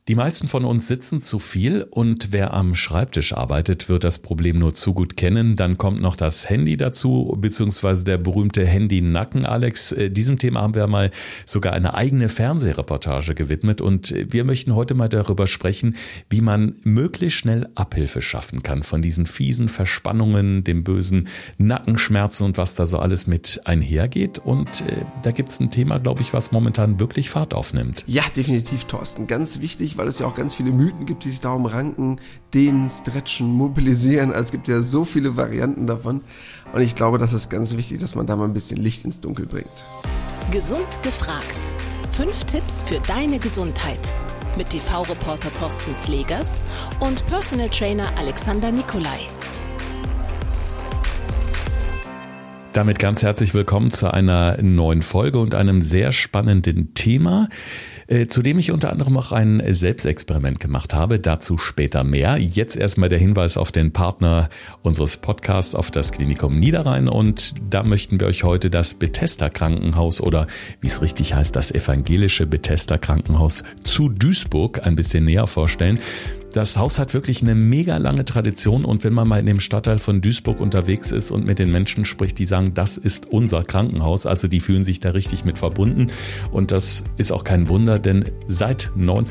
Die meisten von uns sitzen zu viel und wer am Schreibtisch arbeitet, wird das Problem nur zu gut kennen. Dann kommt noch das Handy dazu, beziehungsweise der berühmte Handy-Nacken. Alex, diesem Thema haben wir mal sogar eine eigene Fernsehreportage gewidmet und wir möchten heute mal darüber sprechen, wie man möglichst schnell Abhilfe schaffen kann von diesen fiesen Verspannungen, dem bösen Nackenschmerzen und was da so alles mit einhergeht. Und da gibt es ein Thema, glaube ich, was momentan wirklich Fahrt aufnimmt. Ja, definitiv, Thorsten. Ganz wichtig, weil es ja auch ganz viele Mythen gibt, die sich darum ranken, dehnen, stretchen, mobilisieren. Also es gibt ja so viele Varianten davon. Und ich glaube, das ist ganz wichtig, dass man da mal ein bisschen Licht ins Dunkel bringt. Gesund gefragt. 5 Tipps für deine Gesundheit. Mit TV-Reporter Thorsten Slegers und Personal Trainer Alexander Nikolai. Damit ganz herzlich willkommen zu einer neuen Folge und einem sehr spannenden Thema, zu dem ich unter anderem auch ein Selbstexperiment gemacht habe. Dazu später mehr. Jetzt erstmal der Hinweis auf den Partner unseres Podcasts, auf das Klinikum Niederrhein. Und da möchten wir euch heute das Bethesda Krankenhaus oder wie es richtig heißt, das evangelische Bethesda Krankenhaus zu Duisburg ein bisschen näher vorstellen. Das Haus hat wirklich eine mega lange Tradition und wenn man mal in dem Stadtteil von Duisburg unterwegs ist und mit den Menschen spricht, die sagen, das ist unser Krankenhaus, also die fühlen sich da richtig mit verbunden und das ist auch kein Wunder, denn seit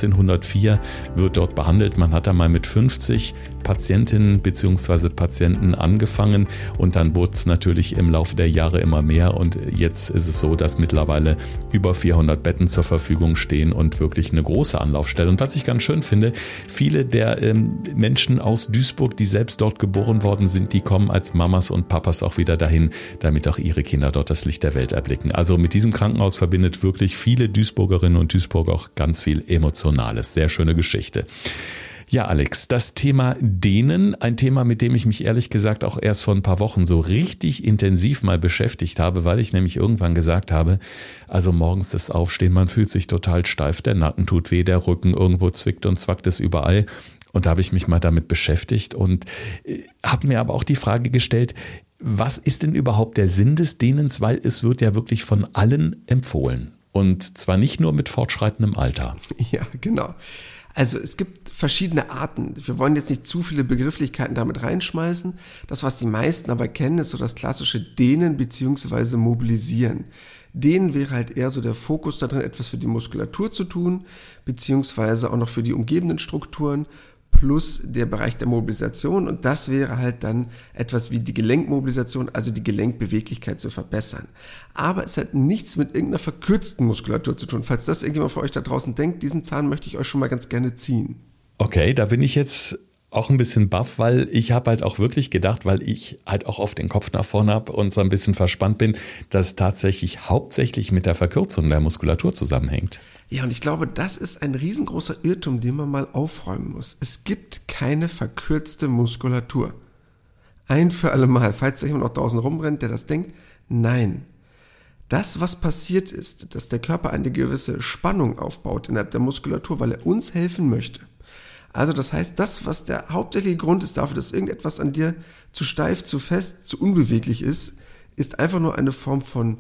1904 wird dort behandelt. Man hat da mal mit 50 Patientinnen bzw. Patienten angefangen und dann wurde es natürlich im Laufe der Jahre immer mehr und jetzt ist es so, dass mittlerweile über 400 Betten zur Verfügung stehen und wirklich eine große Anlaufstelle. Und was ich ganz schön finde, viele der Menschen aus Duisburg, die selbst dort geboren worden sind, die kommen als Mamas und Papas auch wieder dahin, damit auch ihre Kinder dort das Licht der Welt erblicken. Also mit diesem Krankenhaus verbindet wirklich viele Duisburgerinnen und Duisburger auch ganz viel Emotionales. Sehr schöne Geschichte. Ja, Alex, das Thema Dehnen, ein Thema, mit dem ich mich ehrlich gesagt auch erst vor ein paar Wochen so richtig intensiv mal beschäftigt habe, weil ich nämlich irgendwann gesagt habe, also morgens das Aufstehen, man fühlt sich total steif, der Nacken tut weh, der Rücken, irgendwo zwickt und zwackt es überall. Und da habe ich mich mal damit beschäftigt und habe mir aber auch die Frage gestellt, was ist denn überhaupt der Sinn des Dehnens, weil es wird ja wirklich von allen empfohlen und zwar nicht nur mit fortschreitendem Alter. Ja, genau. Also es gibt verschiedene Arten. Wir wollen jetzt nicht zu viele Begrifflichkeiten damit reinschmeißen. Das, was die meisten aber kennen, ist so das klassische Dehnen bzw. Mobilisieren. Dehnen wäre halt eher so der Fokus darin, etwas für die Muskulatur zu tun, beziehungsweise auch noch für die umgebenden Strukturen, plus der Bereich der Mobilisation und das wäre halt dann etwas wie die Gelenkmobilisation, also die Gelenkbeweglichkeit zu verbessern. Aber es hat nichts mit irgendeiner verkürzten Muskulatur zu tun. Falls das irgendjemand von euch da draußen denkt, diesen Zahn möchte ich euch schon mal ganz gerne ziehen. Okay, da bin ich jetzt auch ein bisschen baff, weil ich habe halt auch wirklich gedacht, weil ich halt auch oft den Kopf nach vorne habe und so ein bisschen verspannt bin, dass es tatsächlich hauptsächlich mit der Verkürzung der Muskulatur zusammenhängt. Ja, und ich glaube, das ist ein riesengroßer Irrtum, den man mal aufräumen muss. Es gibt keine verkürzte Muskulatur. Ein für alle Mal, falls da jemand noch draußen rumrennt, der das denkt, nein. Das, was passiert ist, dass der Körper eine gewisse Spannung aufbaut innerhalb der Muskulatur, weil er uns helfen möchte. Also das heißt, das, was der hauptsächliche Grund ist dafür, dass irgendetwas an dir zu steif, zu fest, zu unbeweglich ist einfach nur eine Form von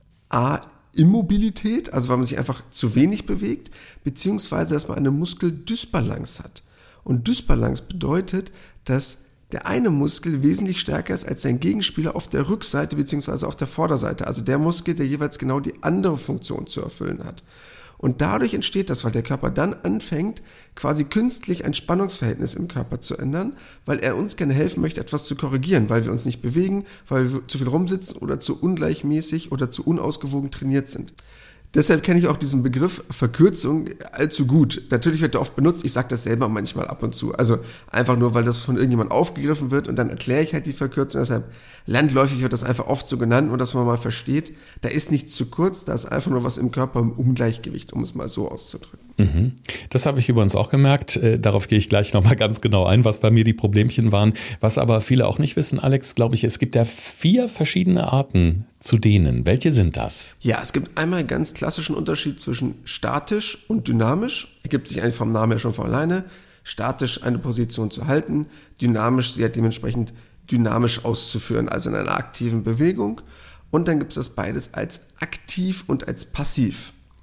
Immobilität, also weil man sich einfach zu wenig bewegt, beziehungsweise dass man eine Muskeldysbalance hat. Und Dysbalance bedeutet, dass der eine Muskel wesentlich stärker ist als sein Gegenspieler auf der Rückseite beziehungsweise auf der Vorderseite, also der Muskel, der jeweils genau die andere Funktion zu erfüllen hat. Und dadurch entsteht das, weil der Körper dann anfängt, quasi künstlich ein Spannungsverhältnis im Körper zu ändern, weil er uns gerne helfen möchte, etwas zu korrigieren, weil wir uns nicht bewegen, weil wir zu viel rumsitzen oder zu ungleichmäßig oder zu unausgewogen trainiert sind. Deshalb kenne ich auch diesen Begriff Verkürzung allzu gut. Natürlich wird er oft benutzt, ich sage das selber manchmal ab und zu. Also einfach nur, weil das von irgendjemandem aufgegriffen wird und dann erkläre ich halt die Verkürzung. Deshalb landläufig wird das einfach oft so genannt, nur dass man mal versteht, da ist nichts zu kurz, da ist einfach nur was im Körper im Ungleichgewicht, um es mal so auszudrücken. Mhm. Das habe ich übrigens auch gemerkt. Darauf gehe ich gleich nochmal ganz genau ein, was bei mir die Problemchen waren. Was aber viele auch nicht wissen, Alex, glaube ich, es gibt ja 4 verschiedene Arten zu dehnen. Welche sind das? Ja, es gibt einmal einen ganz klassischen Unterschied zwischen statisch und dynamisch. Ergibt sich eigentlich vom Namen her schon von alleine. Statisch eine Position zu halten, dynamisch sie halt dementsprechend dynamisch auszuführen, also in einer aktiven Bewegung. Und dann gibt es das beides als aktiv und als passiv.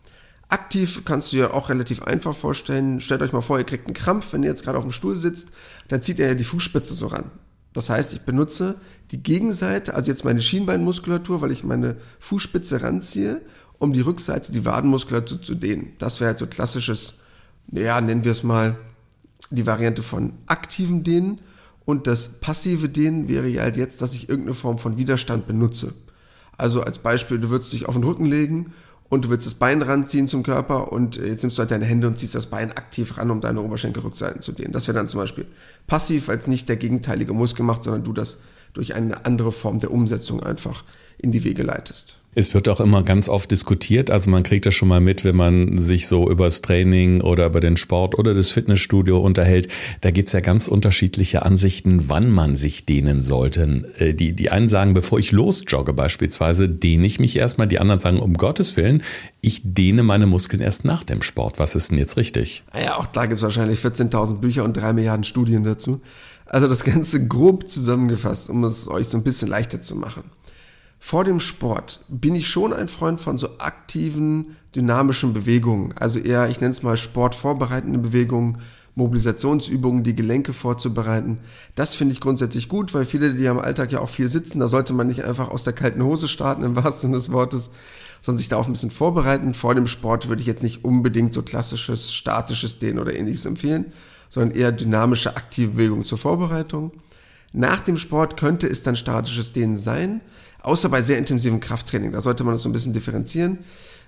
Aktiv kannst du dir auch relativ einfach vorstellen. Stellt euch mal vor, ihr kriegt einen Krampf, wenn ihr jetzt gerade auf dem Stuhl sitzt, dann zieht ihr ja die Fußspitze so ran. Das heißt, ich benutze die Gegenseite, also jetzt meine Schienbeinmuskulatur, weil ich meine Fußspitze ranziehe, um die Rückseite, die Wadenmuskulatur zu dehnen. Das wäre halt so klassisches, nennen wir es mal, die Variante von aktivem Dehnen. Und das passive Dehnen wäre ja halt jetzt, dass ich irgendeine Form von Widerstand benutze. Also als Beispiel, du würdest dich auf den Rücken legen und du willst das Bein ranziehen zum Körper und jetzt nimmst du halt deine Hände und ziehst das Bein aktiv ran, um deine Oberschenkelrückseiten zu dehnen. Das wäre dann zum Beispiel passiv, weil es nicht der gegenteilige Muskel macht, sondern du das durch eine andere Form der Umsetzung einfach in die Wege leitest. Es wird auch immer ganz oft diskutiert, also man kriegt das schon mal mit, wenn man sich so über das Training oder über den Sport oder das Fitnessstudio unterhält. Da gibt's ja ganz unterschiedliche Ansichten, wann man sich dehnen sollte. Die einen sagen, bevor ich losjogge beispielsweise, dehne ich mich erstmal. Die anderen sagen, um Gottes Willen, ich dehne meine Muskeln erst nach dem Sport. Was ist denn jetzt richtig? Ja, auch da gibt's wahrscheinlich 14.000 Bücher und 3 Milliarden Studien dazu. Also das Ganze grob zusammengefasst, um es euch so ein bisschen leichter zu machen. Vor dem Sport bin ich schon ein Freund von so aktiven, dynamischen Bewegungen. Also eher, ich nenne es mal sportvorbereitende Bewegungen, Mobilisationsübungen, die Gelenke vorzubereiten. Das finde ich grundsätzlich gut, weil viele, die am Alltag ja auch viel sitzen, da sollte man nicht einfach aus der kalten Hose starten, im wahrsten Sinne des Wortes, sondern sich da auch ein bisschen vorbereiten. Vor dem Sport würde ich jetzt nicht unbedingt so klassisches, statisches Dehnen oder ähnliches empfehlen, sondern eher dynamische, aktive Bewegungen zur Vorbereitung. Nach dem Sport könnte es dann statisches Dehnen sein, außer bei sehr intensivem Krafttraining. Da sollte man das so ein bisschen differenzieren.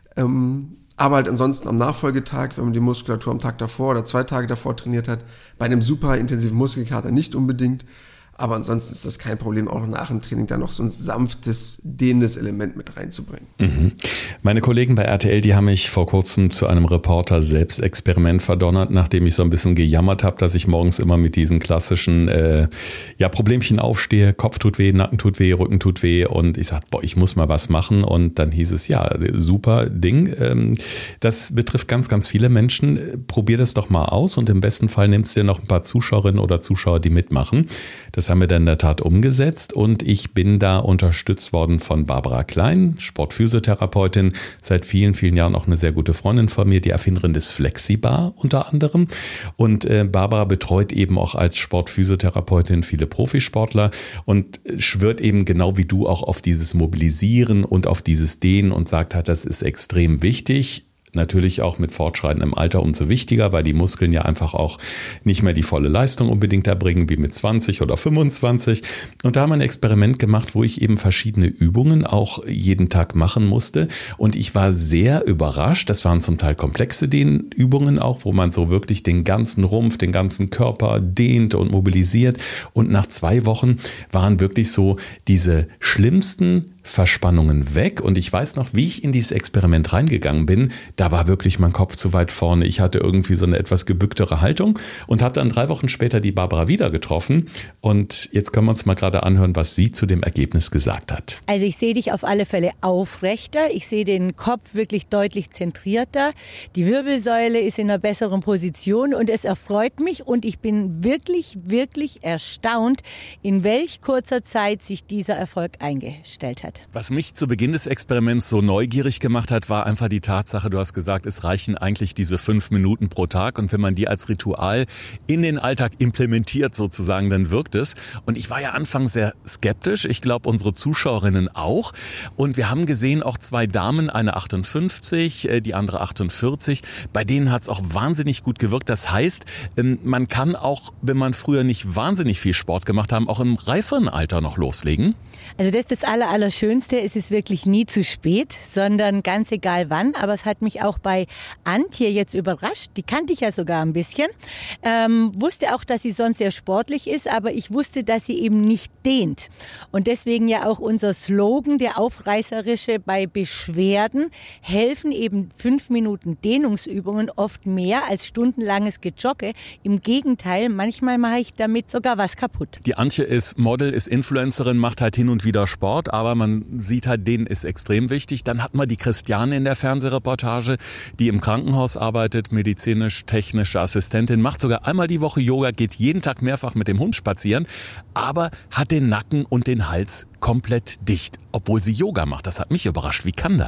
Aber halt ansonsten am Nachfolgetag, wenn man die Muskulatur am Tag davor oder 2 Tage davor trainiert hat, bei einem super intensiven Muskelkater nicht unbedingt. Aber ansonsten ist das kein Problem, auch nach dem Training dann noch so ein sanftes, dehnendes Element mit reinzubringen. Mhm. Meine Kollegen bei RTL, die haben mich vor kurzem zu einem Reporter-Selbstexperiment verdonnert, nachdem ich so ein bisschen gejammert habe, dass ich morgens immer mit diesen klassischen Problemchen aufstehe. Kopf tut weh, Nacken tut weh, Rücken tut weh und ich sagte, ich muss mal was machen und dann hieß es, ja, super Ding. Das betrifft ganz, ganz viele Menschen. Probier das doch mal aus und im besten Fall nimmst du dir noch ein paar Zuschauerinnen oder Zuschauer, die mitmachen. Das haben wir dann in der Tat umgesetzt und ich bin da unterstützt worden von Barbara Klein, Sportphysiotherapeutin, seit vielen, vielen Jahren auch eine sehr gute Freundin von mir, die Erfinderin des Flexibar unter anderem. Und Barbara betreut eben auch als Sportphysiotherapeutin viele Profisportler und schwört eben genau wie du auch auf dieses Mobilisieren und auf dieses Dehnen und sagt halt, das ist extrem wichtig. Natürlich auch mit fortschreitendem Alter umso wichtiger, weil die Muskeln ja einfach auch nicht mehr die volle Leistung unbedingt erbringen, wie mit 20 oder 25. Und da haben wir ein Experiment gemacht, wo ich eben verschiedene Übungen auch jeden Tag machen musste. Und ich war sehr überrascht. Das waren zum Teil komplexe Dehnübungen auch, wo man so wirklich den ganzen Rumpf, den ganzen Körper dehnt und mobilisiert. Und nach 2 Wochen waren wirklich so diese schlimmsten Verspannungen weg und ich weiß noch, wie ich in dieses Experiment reingegangen bin, da war wirklich mein Kopf zu weit vorne. Ich hatte irgendwie so eine etwas gebücktere Haltung und habe dann 3 Wochen später die Barbara wieder getroffen und jetzt können wir uns mal gerade anhören, was sie zu dem Ergebnis gesagt hat. Also ich sehe dich auf alle Fälle aufrechter, ich sehe den Kopf wirklich deutlich zentrierter, die Wirbelsäule ist in einer besseren Position und es erfreut mich und ich bin wirklich, wirklich erstaunt, in welch kurzer Zeit sich dieser Erfolg eingestellt hat. Was mich zu Beginn des Experiments so neugierig gemacht hat, war einfach die Tatsache, du hast gesagt, es reichen eigentlich diese 5 Minuten pro Tag und wenn man die als Ritual in den Alltag implementiert sozusagen, dann wirkt es. Und ich war ja anfangs sehr skeptisch, ich glaube unsere Zuschauerinnen auch und wir haben gesehen, auch 2 Damen, eine 58, die andere 48, bei denen hat es auch wahnsinnig gut gewirkt. Das heißt, man kann auch, wenn man früher nicht wahnsinnig viel Sport gemacht hat, auch im reiferen Alter noch loslegen. Also das ist das Allerschönste, es ist wirklich nie zu spät, sondern ganz egal wann. Aber es hat mich auch bei Antje jetzt überrascht, die kannte ich ja sogar ein bisschen. Wusste auch, dass sie sonst sehr sportlich ist, aber ich wusste, dass sie eben nicht dehnt. Und deswegen ja auch unser Slogan, der aufreißerische, bei Beschwerden helfen eben 5 Minuten Dehnungsübungen oft mehr als stundenlanges Gejogge. Im Gegenteil, manchmal mache ich damit sogar was kaputt. Die Antje ist Model, ist Influencerin, macht halt hin und wieder Sport, aber man sieht halt, denen ist extrem wichtig. Dann hat man die Christiane in der Fernsehreportage, die im Krankenhaus arbeitet, medizinisch-technische Assistentin, macht sogar einmal die Woche Yoga, geht jeden Tag mehrfach mit dem Hund spazieren, aber hat den Nacken und den Hals komplett dicht, obwohl sie Yoga macht. Das hat mich überrascht. Wie kann das?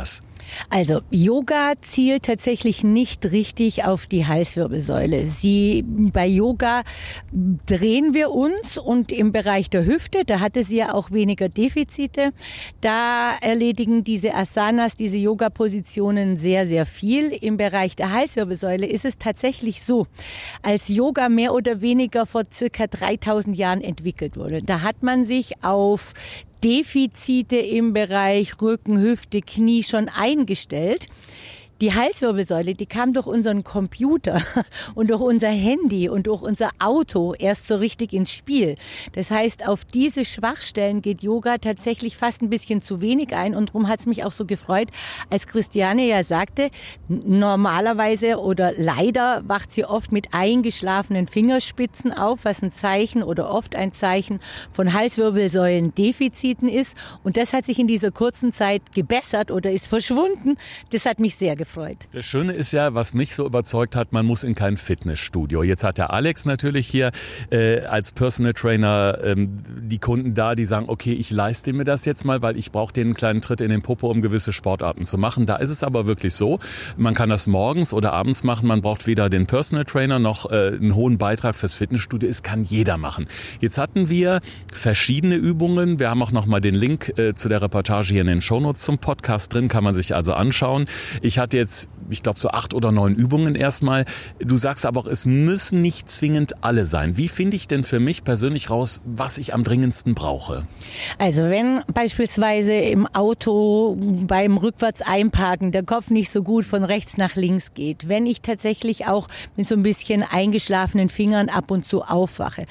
Also Yoga zielt tatsächlich nicht richtig auf die Halswirbelsäule. Bei Yoga drehen wir uns und im Bereich der Hüfte, da hatte sie ja auch weniger Defizite, da erledigen diese Asanas, diese Yoga-Positionen sehr, sehr viel. Im Bereich der Halswirbelsäule ist es tatsächlich so, als Yoga mehr oder weniger vor circa 3000 Jahren entwickelt wurde. Da hat man sich auf Defizite im Bereich Rücken, Hüfte, Knie schon eingestellt. Die Halswirbelsäule, die kam durch unseren Computer und durch unser Handy und durch unser Auto erst so richtig ins Spiel. Das heißt, auf diese Schwachstellen geht Yoga tatsächlich fast ein bisschen zu wenig ein und darum hat es mich auch so gefreut, als Christiane ja sagte, normalerweise oder leider wacht sie oft mit eingeschlafenen Fingerspitzen auf, was ein Zeichen oder oft ein Zeichen von Halswirbelsäulendefiziten ist und das hat sich in dieser kurzen Zeit gebessert oder ist verschwunden. Das hat mich sehr gefreut. Das Schöne ist ja, was mich so überzeugt hat, man muss in kein Fitnessstudio. Jetzt hat der Alex natürlich hier als Personal Trainer die Kunden da, die sagen, okay, ich leiste mir das jetzt mal, weil ich brauche den kleinen Tritt in den Popo, um gewisse Sportarten zu machen. Da ist es aber wirklich so, man kann das morgens oder abends machen, man braucht weder den Personal Trainer noch einen hohen Beitrag fürs Fitnessstudio. Es kann jeder machen. Jetzt hatten wir verschiedene Übungen. Wir haben auch nochmal den Link zu der Reportage hier in den Shownotes zum Podcast drin, kann man sich also anschauen. Ich hatte jetzt, ich glaube, so 8 oder 9 Übungen erstmal. Du sagst aber auch, es müssen nicht zwingend alle sein. Wie finde ich denn für mich persönlich raus, was ich am dringendsten brauche? Also wenn beispielsweise im Auto beim rückwärts einparken der Kopf nicht so gut von rechts nach links geht, wenn ich tatsächlich auch mit so ein bisschen eingeschlafenen Fingern ab und zu aufwache,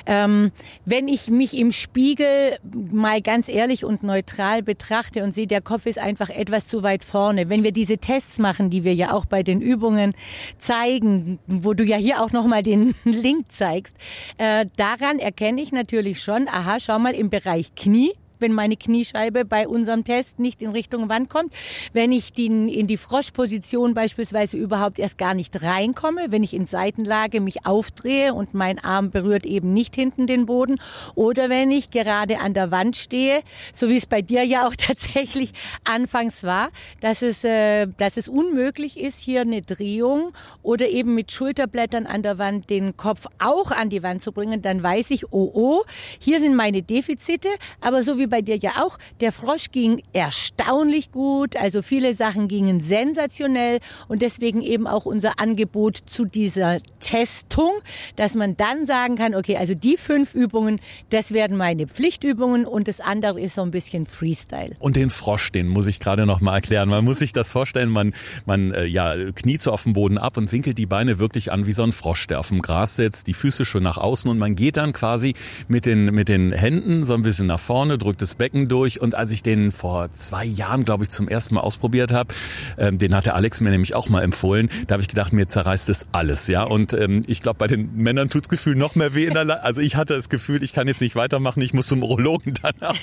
wenn ich mich im Spiegel mal ganz ehrlich und neutral betrachte und sehe, der Kopf ist einfach etwas zu weit vorne, wenn wir diese Tests machen, die wir ja auch bei den Übungen zeigen, wo du ja hier auch nochmal den Link zeigst, daran erkenne ich natürlich schon, aha, schau mal im Bereich Knie, wenn meine Kniescheibe bei unserem Test nicht in Richtung Wand kommt, wenn ich in die Froschposition beispielsweise überhaupt erst gar nicht reinkomme, wenn ich in Seitenlage mich aufdrehe und mein Arm berührt eben nicht hinten den Boden oder wenn ich gerade an der Wand stehe, so wie es bei dir ja auch tatsächlich anfangs war, dass es unmöglich ist, hier eine Drehung oder eben mit Schulterblättern an der Wand den Kopf auch an die Wand zu bringen, dann weiß ich, oh, hier sind meine Defizite, aber so wie bei dir ja auch, der Frosch ging erstaunlich gut, also viele Sachen gingen sensationell und deswegen eben auch unser Angebot zu dieser Testung, dass man dann sagen kann, okay, also die 5 Übungen, das werden meine Pflichtübungen und das andere ist so ein bisschen Freestyle. Und den Frosch, den muss ich gerade noch mal erklären. Man muss sich das vorstellen, man kniet so auf dem Boden ab und winkelt die Beine wirklich an wie so ein Frosch, der auf dem Gras sitzt, die Füße schon nach außen und man geht dann quasi mit den Händen so ein bisschen nach vorne, drückt das Becken durch und als ich den vor 2 Jahren, glaube ich, zum ersten Mal ausprobiert habe, den hat der Alex mir nämlich auch mal empfohlen, da habe ich gedacht, mir zerreißt das alles, ja, und ich glaube, bei den Männern tut's Gefühl noch mehr weh also ich hatte das Gefühl, ich kann jetzt nicht weitermachen, ich muss zum Urologen danach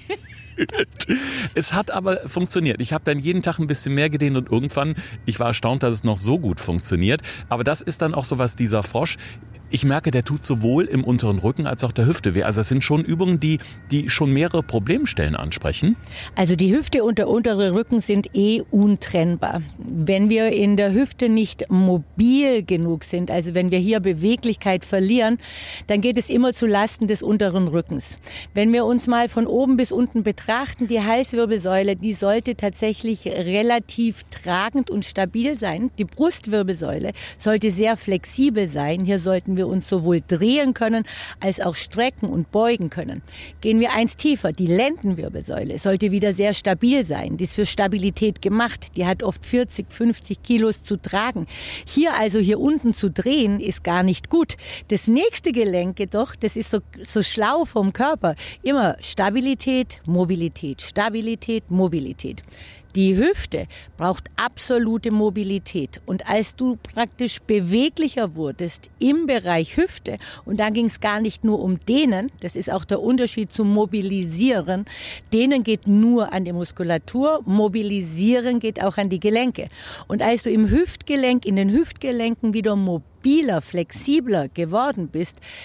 Es hat aber funktioniert. Ich habe dann jeden Tag ein bisschen mehr gedehnt und irgendwann, ich war erstaunt, dass es noch so gut funktioniert, aber das ist dann auch sowas, dieser Frosch, ich merke, der tut sowohl im unteren Rücken als auch der Hüfte weh. Also es sind schon Übungen, die schon mehrere Problemstellen ansprechen. Also die Hüfte und der untere Rücken sind untrennbar. Wenn wir in der Hüfte nicht mobil genug sind, also wenn wir hier Beweglichkeit verlieren, dann geht es immer zu Lasten des unteren Rückens. Wenn wir uns mal von oben bis unten betrachten, die Halswirbelsäule, die sollte tatsächlich relativ tragend und stabil sein. Die Brustwirbelsäule sollte sehr flexibel sein. Hier sollten wir uns sowohl drehen können, als auch strecken und beugen können. Gehen wir eins tiefer. Die Lendenwirbelsäule sollte wieder sehr stabil sein. Die ist für Stabilität gemacht. Die hat oft 40, 50 Kilos zu tragen. Hier unten zu drehen, ist gar nicht gut. Das nächste Gelenk jedoch, das ist so schlau vom Körper. Immer Stabilität, Mobilität, Stabilität, Mobilität. Die Hüfte braucht absolute Mobilität. Und als du praktisch beweglicher wurdest im Bereich Hüfte, und da ging es gar nicht nur um Dehnen, das ist auch der Unterschied zum Mobilisieren. Dehnen geht nur an die Muskulatur, Mobilisieren geht auch an die Gelenke. Und als du in den Hüftgelenken wieder mobiler, flexibler geworden bist,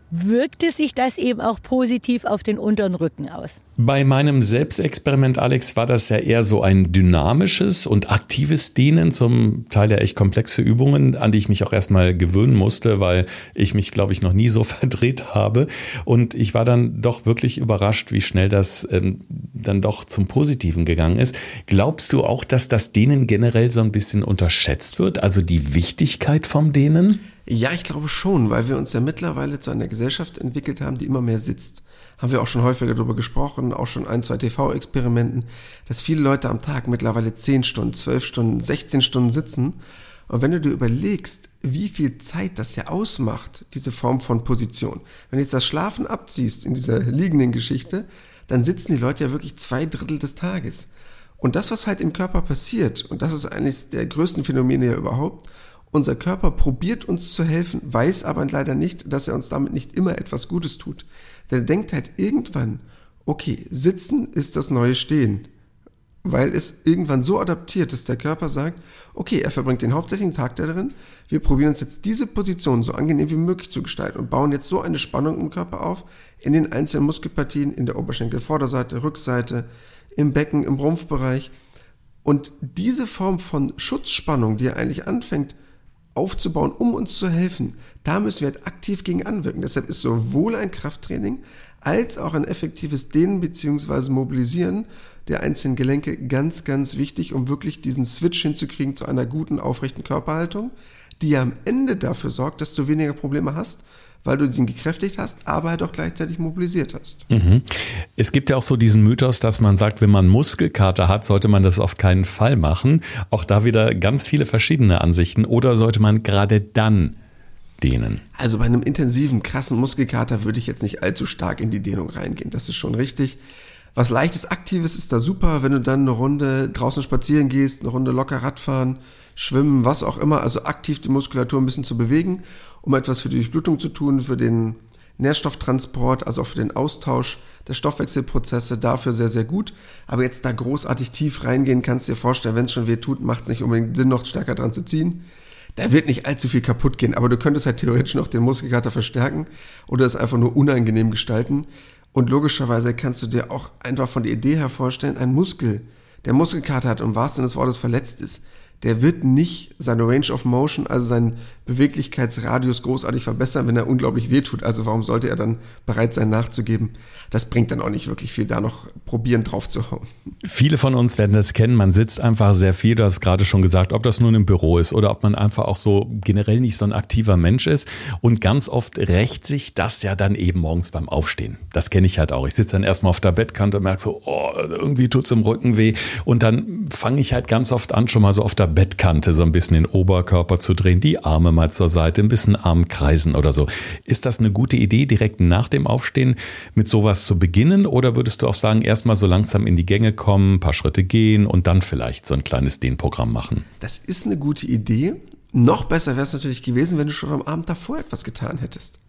wirkte sich das eben auch positiv auf den unteren Rücken aus? Bei meinem Selbstexperiment, Alex, war das ja eher so ein dynamisches und aktives Dehnen, zum Teil ja echt komplexe Übungen, an die ich mich auch erstmal gewöhnen musste, weil ich mich, glaube ich, noch nie so verdreht habe. Und ich war dann doch wirklich überrascht, wie schnell das dann doch zum Positiven gegangen ist. Glaubst du auch, dass das Dehnen generell so ein bisschen unterschätzt wird, also die Wichtigkeit vom Dehnen? Ja, ich glaube schon, weil wir uns ja mittlerweile zu einer Gesellschaft entwickelt haben, die immer mehr sitzt. Haben wir auch schon häufiger darüber gesprochen, auch schon 1, 2 TV-Experimenten, dass viele Leute am Tag mittlerweile 10 Stunden, 12 Stunden, 16 Stunden sitzen. Und wenn du dir überlegst, wie viel Zeit das ja ausmacht, diese Form von Position, wenn du jetzt das Schlafen abziehst in dieser liegenden Geschichte, dann sitzen die Leute ja wirklich 2/3 des Tages. Und das, was halt im Körper passiert, und das ist eines der größten Phänomene ja überhaupt, unser Körper probiert uns zu helfen, weiß aber leider nicht, dass er uns damit nicht immer etwas Gutes tut. Der denkt halt irgendwann, okay, Sitzen ist das neue Stehen. Weil es irgendwann so adaptiert, dass der Körper sagt, okay, er verbringt den hauptsächlichen Tag darin, wir probieren uns jetzt diese Position so angenehm wie möglich zu gestalten und bauen jetzt so eine Spannung im Körper auf, in den einzelnen Muskelpartien, in der Oberschenkelvorderseite, Rückseite, im Becken, im Rumpfbereich. Und diese Form von Schutzspannung, die er eigentlich anfängt aufzubauen, um uns zu helfen, da müssen wir halt aktiv gegen anwirken. Deshalb ist sowohl ein Krafttraining als auch ein effektives Dehnen bzw. Mobilisieren der einzelnen Gelenke ganz, ganz wichtig, um wirklich diesen Switch hinzukriegen zu einer guten, aufrechten Körperhaltung, die ja am Ende dafür sorgt, dass du weniger Probleme hast, weil du ihn gekräftigt hast, aber halt auch gleichzeitig mobilisiert hast. Mhm. Es gibt ja auch so diesen Mythos, dass man sagt, wenn man Muskelkater hat, sollte man das auf keinen Fall machen. Auch da wieder ganz viele verschiedene Ansichten. Oder sollte man gerade dann dehnen? Also bei einem intensiven, krassen Muskelkater würde ich jetzt nicht allzu stark in die Dehnung reingehen. Das ist schon richtig. Was leichtes, aktives ist da super, wenn du dann eine Runde draußen spazieren gehst, eine Runde locker Radfahren, schwimmen, was auch immer. Also aktiv die Muskulatur ein bisschen zu bewegen, um etwas für die Durchblutung zu tun, für den Nährstofftransport, also auch für den Austausch der Stoffwechselprozesse, dafür sehr, sehr gut. Aber jetzt da großartig tief reingehen, kannst du dir vorstellen, wenn es schon weh tut, macht es nicht unbedingt Sinn, noch stärker dran zu ziehen. Da wird nicht allzu viel kaputt gehen, aber du könntest halt theoretisch noch den Muskelkater verstärken oder es einfach nur unangenehm gestalten. Und logischerweise kannst du dir auch einfach von der Idee her vorstellen, ein Muskel, der Muskelkater hat und im wahrsten Sinne des Wortes verletzt ist, der wird nicht seine Range of Motion, also seinen Beweglichkeitsradius großartig verbessern, wenn er unglaublich wehtut. Also warum sollte er dann bereit sein nachzugeben? Das bringt dann auch nicht wirklich viel, da noch probieren drauf zu hauen. Viele von uns werden das kennen, man sitzt einfach sehr viel, du hast gerade schon gesagt, ob das nun im Büro ist oder ob man einfach auch so generell nicht so ein aktiver Mensch ist. Und ganz oft rächt sich das ja dann eben morgens beim Aufstehen. Das kenne ich halt auch. Ich sitze dann erstmal auf der Bettkante und merke so, oh, irgendwie tut's im Rücken weh. Und dann fange ich halt ganz oft an, schon mal so auf der Bettkante so ein bisschen den Oberkörper zu drehen, die Arme mal zur Seite, ein bisschen Arm kreisen oder so. Ist das eine gute Idee, direkt nach dem Aufstehen mit sowas zu beginnen? Oder würdest du auch sagen, erstmal so langsam in die Gänge kommen, ein paar Schritte gehen und dann vielleicht so ein kleines Dehnprogramm machen? Das ist eine gute Idee. Noch besser wäre es natürlich gewesen, wenn du schon am Abend davor etwas getan hättest.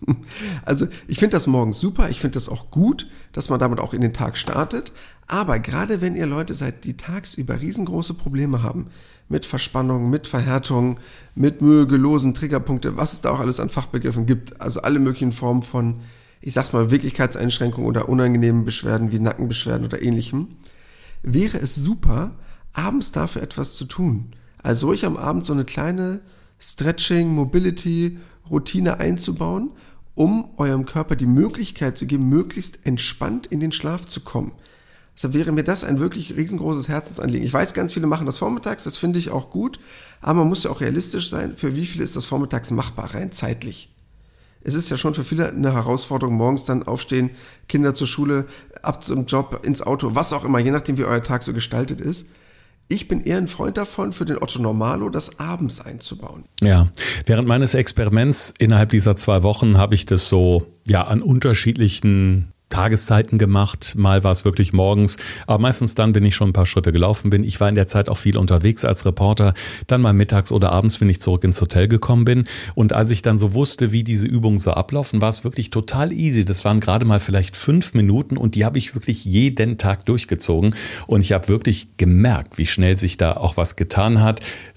Also ich finde das morgens super, ich finde das auch gut, dass man damit auch in den Tag startet, aber gerade wenn ihr Leute seid, die tagsüber riesengroße Probleme haben, mit Verspannung, mit Verhärtung, mit mühelosen Triggerpunkte, was es da auch alles an Fachbegriffen gibt, also alle möglichen Formen von, ich sag's mal, Wirklichkeitseinschränkungen oder unangenehmen Beschwerden wie Nackenbeschwerden oder ähnlichem, wäre es super, abends dafür etwas zu tun. Also ruhig am Abend so eine kleine Stretching, Mobility, Routine einzubauen, um eurem Körper die Möglichkeit zu geben, möglichst entspannt in den Schlaf zu kommen. Deshalb wäre mir das ein wirklich riesengroßes Herzensanliegen. Ich weiß, ganz viele machen das vormittags, das finde ich auch gut, aber man muss ja auch realistisch sein, für wie viele ist das vormittags machbar, rein zeitlich. Es ist ja schon für viele eine Herausforderung, morgens dann aufstehen, Kinder zur Schule, ab zum Job, ins Auto, was auch immer, je nachdem wie euer Tag so gestaltet ist. Ich bin eher ein Freund davon, für den Otto Normalo das abends einzubauen. Ja, während meines Experiments innerhalb dieser 2 Wochen habe ich das so an unterschiedlichen Tageszeiten gemacht. Mal war es wirklich morgens, aber meistens dann, wenn ich schon ein paar Schritte gelaufen bin. Ich war in der Zeit auch viel unterwegs als Reporter. Dann mal mittags oder abends, wenn ich zurück ins Hotel gekommen bin. Und als ich dann so wusste, wie diese Übungen so ablaufen, war es wirklich total easy. Das waren gerade mal vielleicht 5 Minuten und die habe ich wirklich jeden Tag durchgezogen. Und ich habe wirklich gemerkt, wie schnell sich da auch was getan hat.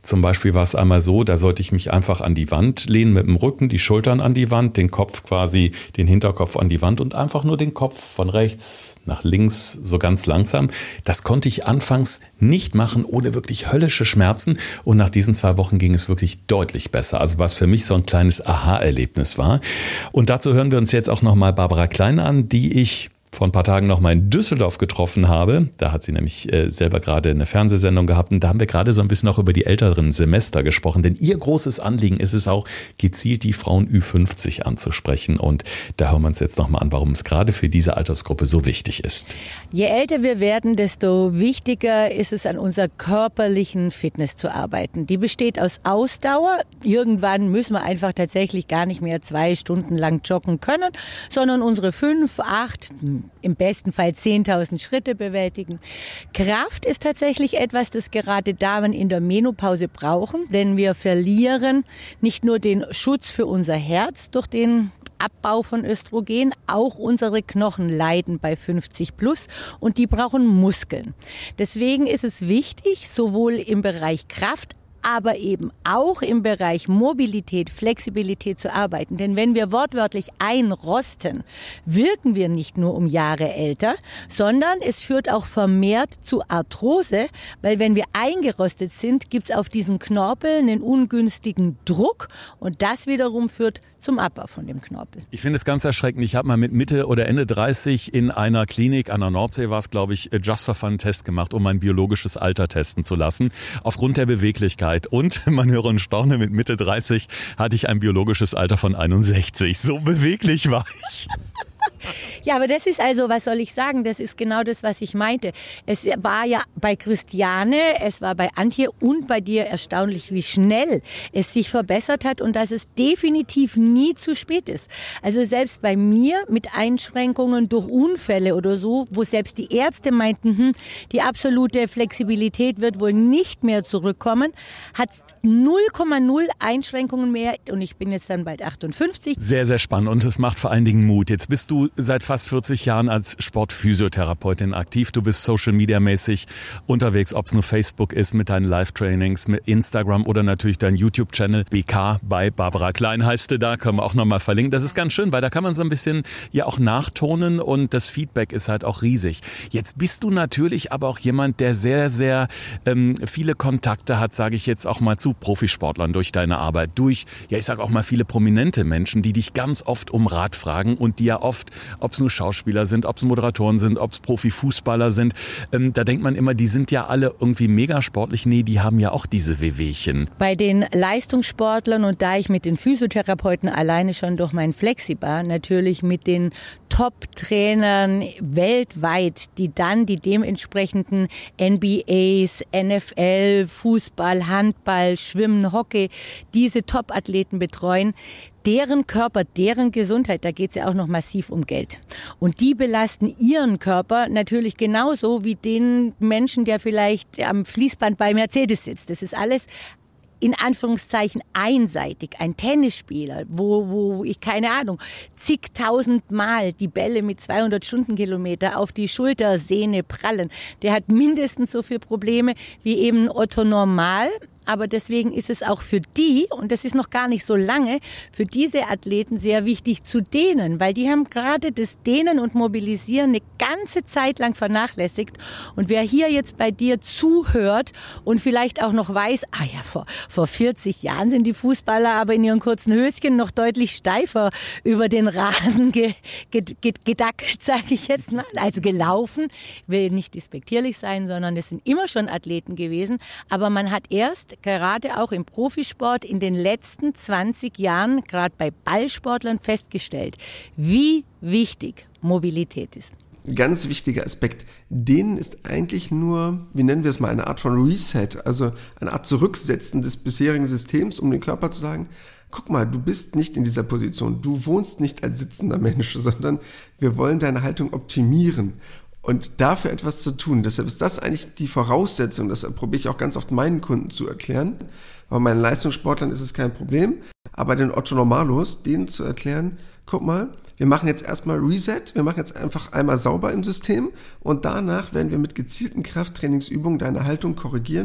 Zum Beispiel war es einmal so, da sollte ich mich einfach an die Wand lehnen mit dem Rücken, die Schultern an die Wand, den Kopf quasi, den Hinterkopf an die Wand und einfach nur den Kopf von rechts nach links, so ganz langsam. Das konnte ich anfangs nicht machen, ohne wirklich höllische Schmerzen. Und nach diesen 2 Wochen ging es wirklich deutlich besser. Also was für mich so ein kleines Aha-Erlebnis war. Und dazu hören wir uns jetzt auch nochmal Barbara Klein an, die ich vor ein paar Tagen noch mal in Düsseldorf getroffen habe. Da hat sie nämlich selber gerade eine Fernsehsendung gehabt und da haben wir gerade so ein bisschen auch über die älteren Semester gesprochen, denn ihr großes Anliegen ist es auch, gezielt die Frauen Ü50 anzusprechen und da hören wir uns jetzt noch mal an, warum es gerade für diese Altersgruppe so wichtig ist. Je älter wir werden, desto wichtiger ist es, an unserer körperlichen Fitness zu arbeiten. Die besteht aus Ausdauer. Irgendwann müssen wir einfach tatsächlich gar nicht mehr 2 Stunden lang joggen können, sondern unsere 5, 8, im besten Fall 10.000 Schritte bewältigen. Kraft ist tatsächlich etwas, das gerade Damen in der Menopause brauchen, denn wir verlieren nicht nur den Schutz für unser Herz durch den Abbau von Östrogen, auch unsere Knochen leiden bei 50 plus und die brauchen Muskeln. Deswegen ist es wichtig, sowohl im Bereich Kraft aber eben auch im Bereich Mobilität, Flexibilität zu arbeiten. Denn wenn wir wortwörtlich einrosten, wirken wir nicht nur um Jahre älter, sondern es führt auch vermehrt zu Arthrose, weil wenn wir eingerostet sind, gibt es auf diesen Knorpel einen ungünstigen Druck und das wiederum führt zum Abbau von dem Knorpel. Ich finde es ganz erschreckend. Ich habe mal mit Mitte oder Ende 30 in einer Klinik an der Nordsee war es, glaube ich, just for fun einen Test gemacht, um mein biologisches Alter testen zu lassen, aufgrund der Beweglichkeit. Und man höre und staune, mit Mitte 30 hatte ich ein biologisches Alter von 61. So beweglich war ich. Ja, aber das ist also, was soll ich sagen, das ist genau das, was ich meinte. Es war ja bei Christiane, es war bei Antje und bei dir erstaunlich, wie schnell es sich verbessert hat und dass es definitiv nie zu spät ist. Also selbst bei mir mit Einschränkungen durch Unfälle oder so, wo selbst die Ärzte meinten, die absolute Flexibilität wird wohl nicht mehr zurückkommen, hat 0,0 Einschränkungen mehr und ich bin jetzt dann bald 58. Sehr, sehr spannend und es macht vor allen Dingen Mut. Jetzt bist du seit fast 40 Jahren als Sportphysiotherapeutin aktiv. Du bist Social-Media-mäßig unterwegs, ob es nur Facebook ist mit deinen Live-Trainings, mit Instagram oder natürlich dein YouTube-Channel. BK bei Barbara Klein heißt du da, können wir auch nochmal verlinken. Das ist ganz schön, weil da kann man so ein bisschen ja auch nachtonen und das Feedback ist halt auch riesig. Jetzt bist du natürlich aber auch jemand, der sehr, sehr viele Kontakte hat, sage ich jetzt auch mal zu Profisportlern durch deine Arbeit, durch, ja ich sage auch mal viele prominente Menschen, die dich ganz oft um Rat fragen und die ja oft, ob es nur Schauspieler sind, ob es Moderatoren sind, ob es Profifußballer sind, da denkt man immer, die sind ja alle irgendwie mega sportlich. Nee, die haben ja auch diese Wehwehchen. Bei den Leistungssportlern und da ich mit den Physiotherapeuten alleine schon durch mein Flexibar natürlich mit den Top-Trainern weltweit, die dann die dementsprechenden NBAs, NFL, Fußball, Handball, Schwimmen, Hockey, diese Top-Athleten betreuen, deren Körper, deren Gesundheit, da geht es ja auch noch massiv um Geld. Und die belasten ihren Körper natürlich genauso wie den Menschen, der vielleicht am Fließband bei Mercedes sitzt. Das ist alles in Anführungszeichen einseitig. Ein Tennisspieler, wo ich, keine Ahnung, zigtausend Mal die Bälle mit 200 Stundenkilometer auf die Schultersehne prallen, der hat mindestens so viele Probleme wie eben Otto Normal. Aber deswegen ist es auch für die, und das ist noch gar nicht so lange, für diese Athleten sehr wichtig zu dehnen, weil die haben gerade das Dehnen und Mobilisieren eine ganze Zeit lang vernachlässigt. Und wer hier jetzt bei dir zuhört und vielleicht auch noch weiß, vor 40 Jahren sind die Fußballer aber in ihren kurzen Höschen noch deutlich steifer über den Rasen gedackelt, sage ich jetzt mal. Also gelaufen, will nicht despektierlich sein, sondern es sind immer schon Athleten gewesen. Aber man hat erst gerade auch im Profisport in den letzten 20 Jahren, gerade bei Ballsportlern, festgestellt, wie wichtig Mobilität ist. Ganz wichtiger Aspekt. Dehnen ist eigentlich nur, wie nennen wir es mal, eine Art von Reset, also eine Art Zurücksetzen des bisherigen Systems, um dem Körper zu sagen, guck mal, du bist nicht in dieser Position, du wohnst nicht als sitzender Mensch, sondern wir wollen deine Haltung optimieren. Und dafür etwas zu tun, deshalb ist das eigentlich die Voraussetzung, das probiere ich auch ganz oft meinen Kunden zu erklären. Bei meinen Leistungssportlern ist es kein Problem, aber den Otto Normalos, denen zu erklären, guck mal, wir machen jetzt erstmal Reset, wir machen jetzt einfach einmal sauber im System und danach werden wir mit gezielten Krafttrainingsübungen deine Haltung korrigieren,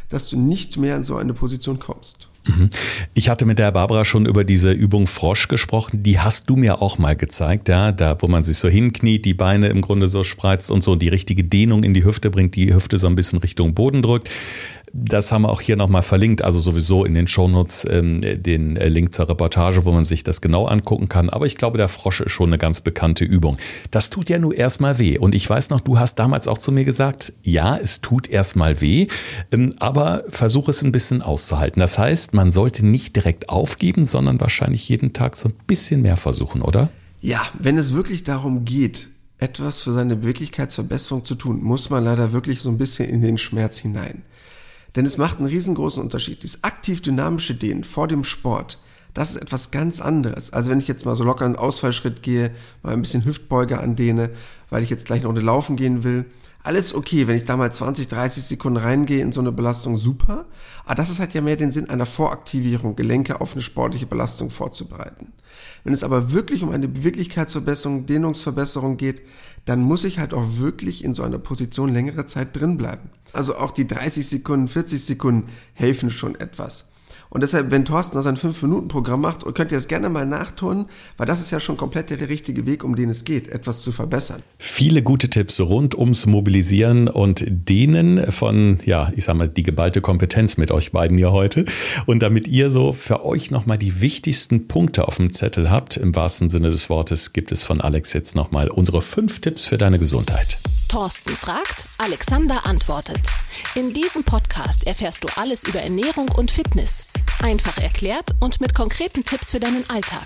dass du nicht mehr in so eine Position kommst. Ich hatte mit der Barbara schon über diese Übung Frosch gesprochen. Die hast du mir auch mal gezeigt, ja, da wo man sich so hinkniet, die Beine im Grunde so spreizt und so die richtige Dehnung in die Hüfte bringt, die Hüfte so ein bisschen Richtung Boden drückt. Das haben wir auch hier nochmal verlinkt, also sowieso in den Shownotes den Link zur Reportage, wo man sich das genau angucken kann. Aber ich glaube, der Frosch ist schon eine ganz bekannte Übung. Das tut ja nur erstmal weh. Und ich weiß noch, du hast damals auch zu mir gesagt, ja, es tut erstmal weh, aber versuch es ein bisschen auszuhalten. Das heißt, man sollte nicht direkt aufgeben, sondern wahrscheinlich jeden Tag so ein bisschen mehr versuchen, oder? Ja, wenn es wirklich darum geht, etwas für seine Beweglichkeitsverbesserung zu tun, muss man leider wirklich so ein bisschen in den Schmerz hinein. Denn es macht einen riesengroßen Unterschied. Dieses aktiv-dynamische Dehnen vor dem Sport, das ist etwas ganz anderes. Also wenn ich jetzt mal so locker einen Ausfallschritt gehe, mal ein bisschen Hüftbeuge andehne, weil ich jetzt gleich noch eine Laufen gehen will, alles okay. Wenn ich da mal 20, 30 Sekunden reingehe in so eine Belastung, super. Aber das ist halt ja mehr den Sinn einer Voraktivierung, Gelenke auf eine sportliche Belastung vorzubereiten. Wenn es aber wirklich um eine Beweglichkeitsverbesserung, Dehnungsverbesserung geht, dann muss ich halt auch wirklich in so einer Position längere Zeit drin bleiben. Also auch die 30 Sekunden, 40 Sekunden helfen schon etwas. Und deshalb, wenn Thorsten da sein 5-Minuten-Programm macht, könnt ihr das gerne mal nachturnen, weil das ist ja schon komplett der richtige Weg, um den es geht, etwas zu verbessern. Viele gute Tipps rund ums Mobilisieren und Dehnen von, ja, ich sag mal, die geballte Kompetenz mit euch beiden hier heute. Und damit ihr so für euch nochmal die wichtigsten Punkte auf dem Zettel habt, im wahrsten Sinne des Wortes, gibt es von Alex jetzt nochmal unsere 5 Tipps für deine Gesundheit. Thorsten fragt, Alexander antwortet. In diesem Podcast erfährst du alles über Ernährung und Fitness. Einfach erklärt und mit konkreten Tipps für deinen Alltag.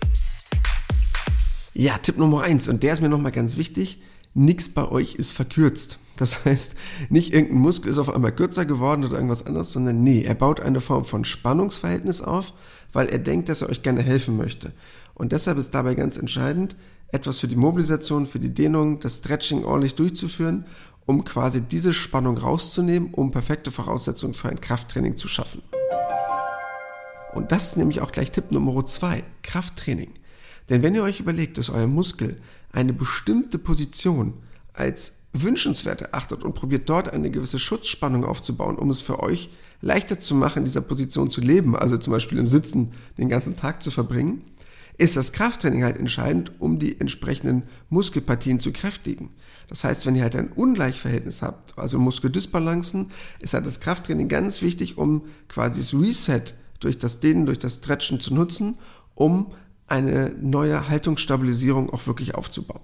Ja, Tipp Nummer 1, und der ist mir nochmal ganz wichtig, nichts bei euch ist verkürzt. Das heißt, nicht irgendein Muskel ist auf einmal kürzer geworden oder irgendwas anderes, sondern nee, er baut eine Form von Spannungsverhältnis auf, weil er denkt, dass er euch gerne helfen möchte. Und deshalb ist dabei ganz entscheidend, etwas für die Mobilisation, für die Dehnung, das Stretching ordentlich durchzuführen, um quasi diese Spannung rauszunehmen, um perfekte Voraussetzungen für ein Krafttraining zu schaffen. Und das ist nämlich auch gleich Tipp Nummer 2, Krafttraining. Denn wenn ihr euch überlegt, dass euer Muskel eine bestimmte Position als wünschenswert erachtet und probiert dort eine gewisse Schutzspannung aufzubauen, um es für euch leichter zu machen, in dieser Position zu leben, also zum Beispiel im Sitzen den ganzen Tag zu verbringen, ist das Krafttraining halt entscheidend, um die entsprechenden Muskelpartien zu kräftigen. Das heißt, wenn ihr halt ein Ungleichverhältnis habt, also Muskeldysbalancen, ist halt das Krafttraining ganz wichtig, um quasi das Reset durch das Dehnen, durch das Stretchen zu nutzen, um eine neue Haltungsstabilisierung auch wirklich aufzubauen.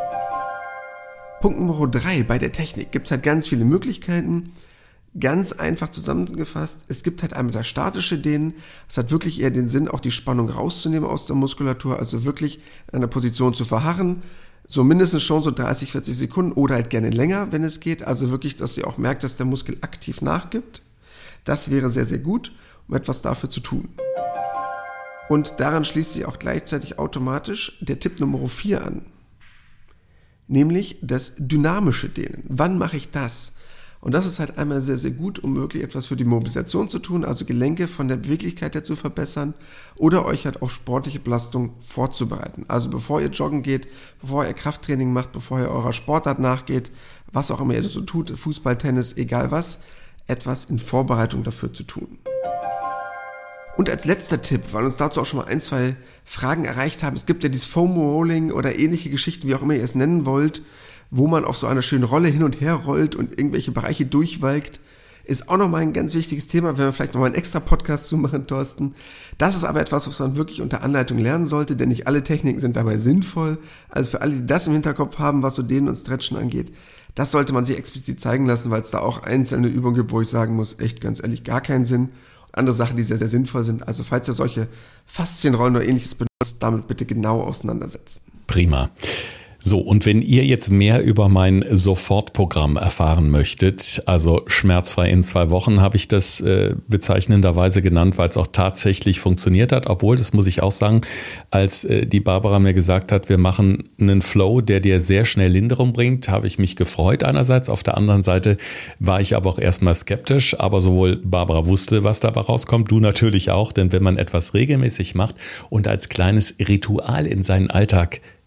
Punkt Nummer 3, bei der Technik gibt es halt ganz viele Möglichkeiten. Ganz einfach zusammengefasst, es gibt halt einmal das statische Dehnen. Es hat wirklich eher den Sinn, auch die Spannung rauszunehmen aus der Muskulatur, also wirklich in einer Position zu verharren. So mindestens schon so 30, 40 Sekunden oder halt gerne länger, wenn es geht. Also wirklich, dass ihr auch merkt, dass der Muskel aktiv nachgibt. Das wäre sehr, sehr gut, um etwas dafür zu tun. Und daran schließt sich auch gleichzeitig automatisch der Tipp Nummer 4 an. Nämlich das dynamische Dehnen. Wann mache ich das? Und das ist halt einmal sehr, sehr gut, um wirklich etwas für die Mobilisation zu tun, also Gelenke von der Beweglichkeit her zu verbessern oder euch halt auf sportliche Belastung vorzubereiten. Also bevor ihr joggen geht, bevor ihr Krafttraining macht, bevor ihr eurer Sportart nachgeht, was auch immer ihr so tut, Fußball, Tennis, egal was, etwas in Vorbereitung dafür zu tun. Und als letzter Tipp, weil uns dazu auch schon mal 1-2 Fragen erreicht haben, es gibt ja dieses Foam Rolling oder ähnliche Geschichten, wie auch immer ihr es nennen wollt, wo man auf so einer schönen Rolle hin und her rollt und irgendwelche Bereiche durchwalkt, ist auch nochmal ein ganz wichtiges Thema, wenn wir vielleicht nochmal einen extra Podcast zu machen, Thorsten. Das ist aber etwas, was man wirklich unter Anleitung lernen sollte, denn nicht alle Techniken sind dabei sinnvoll. Also für alle, die das im Hinterkopf haben, was so Dehnen und Stretchen angeht, das sollte man sich explizit zeigen lassen, weil es da auch einzelne Übungen gibt, wo ich sagen muss, echt ganz ehrlich, gar keinen Sinn. Andere Sachen, die sehr, sehr sinnvoll sind. Also falls ihr solche Faszienrollen oder ähnliches benutzt, damit bitte genau auseinandersetzen. Prima. So, und wenn ihr jetzt mehr über mein Sofortprogramm erfahren möchtet, also schmerzfrei in 2 Wochen, habe ich das bezeichnenderweise genannt, weil es auch tatsächlich funktioniert hat. Obwohl, das muss ich auch sagen, als die Barbara mir gesagt hat, wir machen einen Flow, der dir sehr schnell Linderung bringt, habe ich mich gefreut einerseits. Auf der anderen Seite war ich aber auch erstmal skeptisch. Aber sowohl Barbara wusste, was dabei rauskommt, du natürlich auch. Denn wenn man etwas regelmäßig macht und als kleines Ritual in seinen Alltag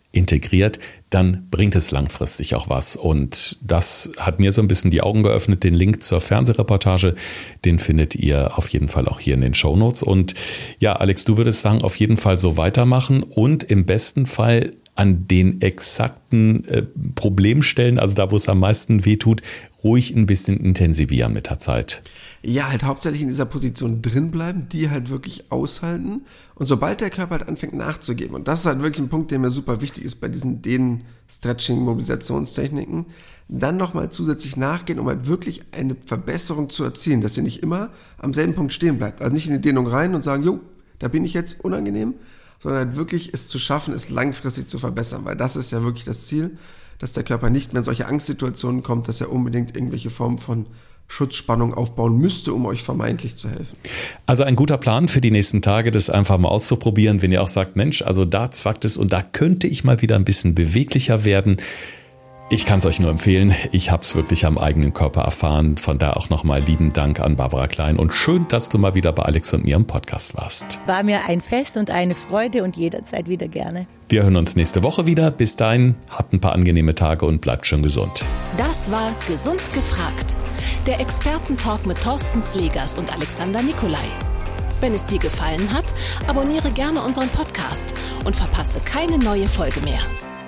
integriert, dann bringt es langfristig auch was. Und das hat mir so ein bisschen die Augen geöffnet. Den Link zur Fernsehreportage, den findet ihr auf jeden Fall auch hier in den Shownotes. Und ja, Alex, du würdest sagen, auf jeden Fall so weitermachen und im besten Fall an den exakten Problemstellen, also da, wo es am meisten wehtut, ruhig ein bisschen intensivieren mit der Zeit. Ja, halt hauptsächlich in dieser Position drin bleiben, die halt wirklich aushalten. Und sobald der Körper halt anfängt nachzugeben, und das ist halt wirklich ein Punkt, der mir super wichtig ist bei diesen Dehnen-Stretching-Mobilisationstechniken, dann nochmal zusätzlich nachgehen, um halt wirklich eine Verbesserung zu erzielen, dass ihr nicht immer am selben Punkt stehen bleibt. Also nicht in die Dehnung rein und sagen, jo, da bin ich jetzt unangenehm, sondern halt wirklich es zu schaffen, es langfristig zu verbessern, weil das ist ja wirklich das Ziel, dass der Körper nicht mehr in solche Angstsituationen kommt, dass er unbedingt irgendwelche Formen von Schutzspannung aufbauen müsste, um euch vermeintlich zu helfen. Also ein guter Plan für die nächsten Tage, das einfach mal auszuprobieren, wenn ihr auch sagt, Mensch, also da zwackt es und da könnte ich mal wieder ein bisschen beweglicher werden. Ich kann es euch nur empfehlen. Ich habe es wirklich am eigenen Körper erfahren. Von da auch nochmal lieben Dank an Barbara Klein und schön, dass du mal wieder bei Alex und mir im Podcast warst. War mir ein Fest und eine Freude und jederzeit wieder gerne. Wir hören uns nächste Woche wieder. Bis dahin, habt ein paar angenehme Tage und bleibt schön gesund. Das war Gesund gefragt. Der Experten-Talk mit Thorsten Slegers und Alexander Nikolai. Wenn es dir gefallen hat, abonniere gerne unseren Podcast und verpasse keine neue Folge mehr.